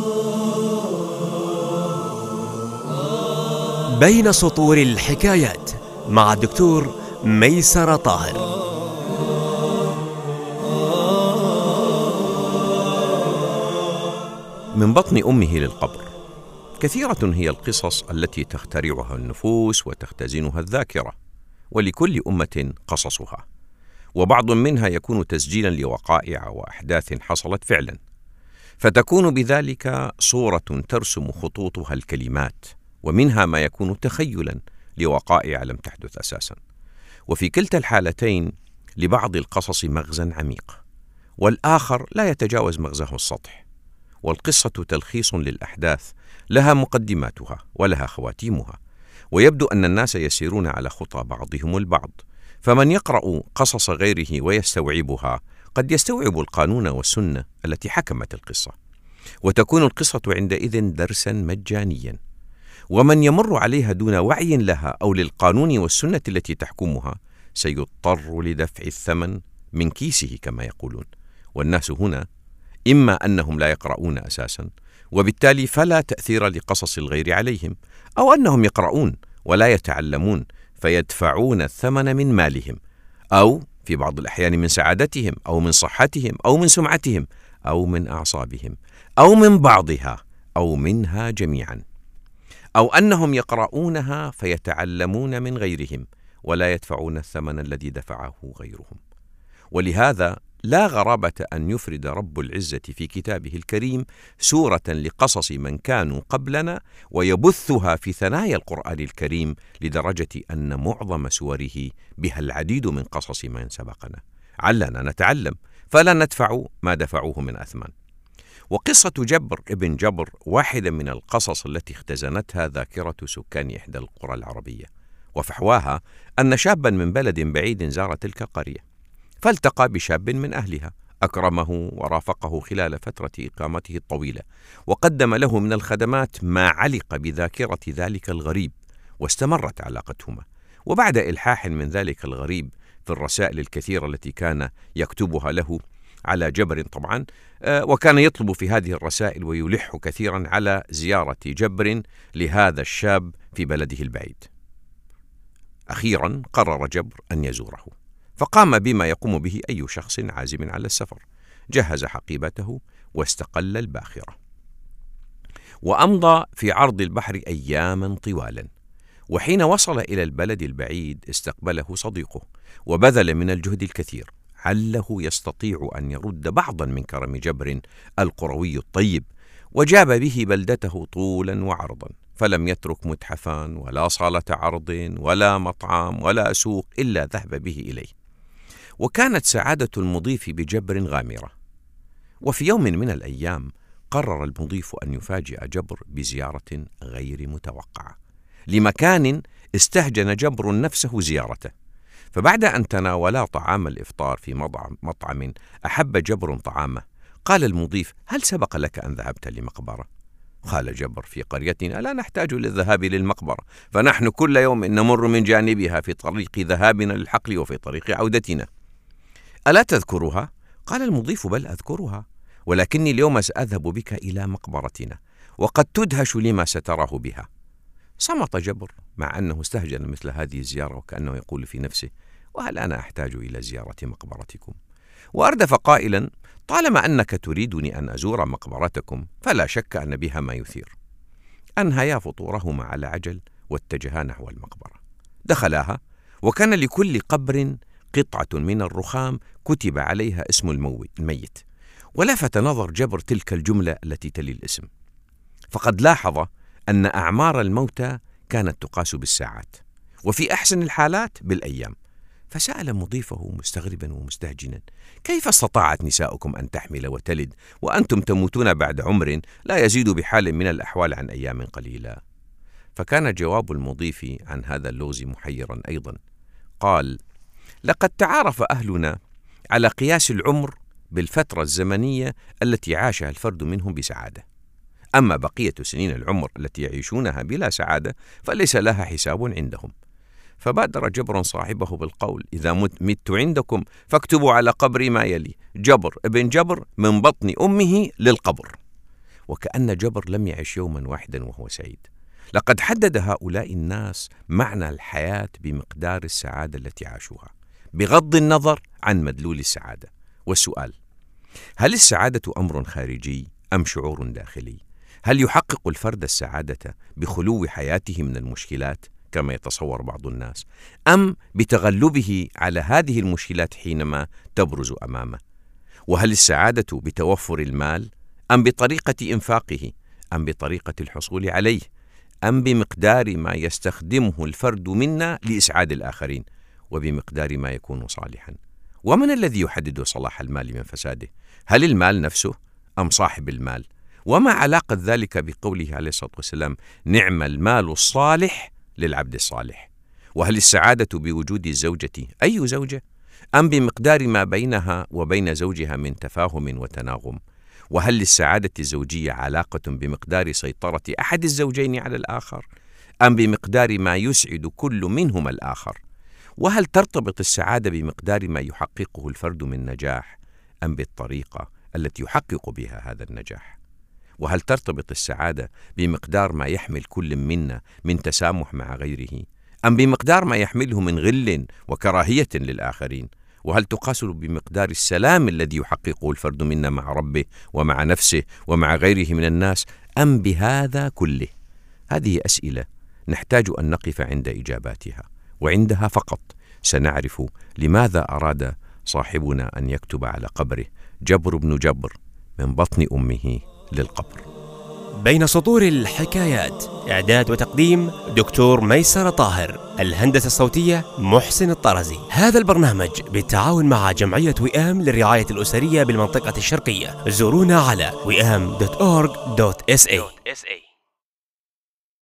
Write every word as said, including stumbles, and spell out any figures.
بين سطور الحكايات مع الدكتور ميسر طاهر. من بطن أمه للقبر. كثيرة هي القصص التي تخترعها النفوس وتختزنها الذاكرة، ولكل أمة قصصها، وبعض منها يكون تسجيلا لوقائع وأحداث حصلت فعلا، فتكون بذلك صورة ترسم خطوطها الكلمات، ومنها ما يكون تخيلا لوقائع لم تحدث أساسا. وفي كلتا الحالتين لبعض القصص مغزى عميق، والآخر لا يتجاوز مغزاه السطح. والقصة تلخيص للأحداث، لها مقدماتها ولها خواتيمها، ويبدو أن الناس يسيرون على خطى بعضهم البعض، فمن يقرأ قصص غيره ويستوعبها قد يستوعب القانون والسنة التي حكمت القصة، وتكون القصة عندئذ درسا مجانيا. ومن يمر عليها دون وعي لها أو للقانون والسنة التي تحكمها سيضطر لدفع الثمن من كيسه كما يقولون. والناس هنا إما أنهم لا يقرؤون أساسا، وبالتالي فلا تأثير لقصص الغير عليهم، أو أنهم يقرؤون ولا يتعلمون فيدفعون الثمن من مالهم، أو في بعض الأحيان من سعادتهم، أو من صحتهم، أو من سمعتهم، أو من أعصابهم، أو من بعضها، أو منها جميعا، أو أنهم يقرؤونها فيتعلمون من غيرهم ولا يدفعون الثمن الذي دفعه غيرهم. ولهذا لا غرابة أن يفرد رب العزة في كتابه الكريم سورة لقصص من كانوا قبلنا، ويبثها في ثنايا القرآن الكريم، لدرجة أن معظم سوره بها العديد من قصص من سبقنا، علنا نتعلم فلا ندفع ما دفعوه من أثمان. وقصة جبر ابن جبر واحدة من القصص التي اختزنتها ذاكرة سكان إحدى القرى العربية. وفحواها أن شابا من بلد بعيد زار تلك القرية، فالتقى بشاب من أهلها أكرمه ورافقه خلال فترة إقامته الطويلة، وقدم له من الخدمات ما علق بذاكرة ذلك الغريب، واستمرت علاقتهما. وبعد إلحاح من ذلك الغريب في الرسائل الكثيرة التي كان يكتبها له على جبر طبعا، وكان يطلب في هذه الرسائل ويلح كثيرا على زيارة جبر لهذا الشاب في بلده البعيد. أخيرا قرر جبر أن يزوره، فقام بما يقوم به أي شخص عازم على السفر، جهز حقيبته واستقل الباخرة، وأمضى في عرض البحر أياما طوالا. وحين وصل إلى البلد البعيد استقبله صديقه، وبذل من الجهد الكثير عله يستطيع أن يرد بعضا من كرم جبر القروي الطيب، وجاب به بلدته طولا وعرضا، فلم يترك متحفا ولا صالة عرض ولا مطعم ولا سوق إلا ذهب به إليه. وكانت سعادة المضيف بجبر غامرة. وفي يوم من الأيام قرر المضيف أن يفاجئ جبر بزيارة غير متوقعة لمكان استهجن جبر نفسه زيارته. فبعد أن تناولا طعام الإفطار في مطعم, مطعم أحب جبر طعامه، قال المضيف: هل سبق لك أن ذهبت لمقبرة؟ قال جبر: في قريتنا لا نحتاج للذهاب للمقبرة، فنحن كل يوم نمر من جانبها في طريق ذهابنا للحقل وفي طريق عودتنا. ألا تذكرها؟ قال المضيف: بل أذكرها، ولكني اليوم سأذهب بك إلى مقبرتنا، وقد تدهش لما ستراه بها. صمت جبر مع أنه استهجن مثل هذه الزيارة، وكأنه يقول في نفسه: وهل أنا أحتاج إلى زيارة مقبرتكم؟ وأردف قائلا: طالما أنك تريدني أن أزور مقبرتكم فلا شك أن بها ما يثير. أنهيا فطورهما على عجل واتجها نحو المقبرة. دخلاها، وكان لكل قبر قطعة من الرخام كتب عليها اسم الميت. ولفت نظر جبر تلك الجملة التي تلي الاسم، فقد لاحظ أن أعمار الموتى كانت تقاس بالساعات، وفي أحسن الحالات بالأيام. فسأل مضيفه مستغربا ومستهجنا: كيف استطاعت نساؤكم أن تحمل وتلد وأنتم تموتون بعد عمر لا يزيد بحال من الأحوال عن أيام قليلة؟ فكان جواب المضيف عن هذا اللغز محيرا أيضا. قال: لقد تعارف أهلنا على قياس العمر بالفترة الزمنية التي عاشها الفرد منهم بسعادة، أما بقية سنين العمر التي يعيشونها بلا سعادة فليس لها حساب عندهم. فبادر جبر صاحبه بالقول: إذا مت عندكم فاكتبوا على قبري ما يلي: جبر ابن جبر من بطن أمه للقبر. وكأن جبر لم يعش يوما واحدا وهو سعيد. لقد حدد هؤلاء الناس معنى الحياة بمقدار السعادة التي عاشوها، بغض النظر عن مدلول السعادة. والسؤال: هل السعادة أمر خارجي أم شعور داخلي؟ هل يحقق الفرد السعادة بخلو حياته من المشكلات كما يتصور بعض الناس، أم بتغلبه على هذه المشكلات حينما تبرز أمامه؟ وهل السعادة بتوفر المال، أم بطريقة إنفاقه، أم بطريقة الحصول عليه، أم بمقدار ما يستخدمه الفرد منا لإسعاد الآخرين وبمقدار ما يكون صالحا؟ ومن الذي يحدد صلاح المال من فساده؟ هل المال نفسه أم صاحب المال؟ وما علاقة ذلك بقوله عليه الصلاة والسلام: نعم المال الصالح للعبد الصالح؟ وهل السعادة بوجود الزوجة، أي زوجة، أم بمقدار ما بينها وبين زوجها من تفاهم وتناغم؟ وهل للسعادة الزوجية علاقة بمقدار سيطرة أحد الزوجين على الآخر، أم بمقدار ما يسعد كل منهما الآخر؟ وهل ترتبط السعادة بمقدار ما يحققه الفرد من نجاح، أم بالطريقة التي يحقق بها هذا النجاح؟ وهل ترتبط السعادة بمقدار ما يحمل كل منا من تسامح مع غيره، أم بمقدار ما يحمله من غل وكراهية للآخرين؟ وهل تقاس بمقدار السلام الذي يحققه الفرد منا مع ربه ومع نفسه ومع غيره من الناس، أم بهذا كله؟ هذه أسئلة نحتاج أن نقف عند إجاباتها، وعندها فقط سنعرف لماذا أراد صاحبنا أن يكتب على قبره: جبر بن جبر من بطن أمه للقبر. بين سطور الحكايات، إعداد وتقديم دكتور ميسر طاهر، الهندسة الصوتية محسن الطرزي. هذا البرنامج بالتعاون مع جمعية وئام للرعاية الأسرية بالمنطقة الشرقية. زورونا على وئام دوت أورج دوت إس إيه.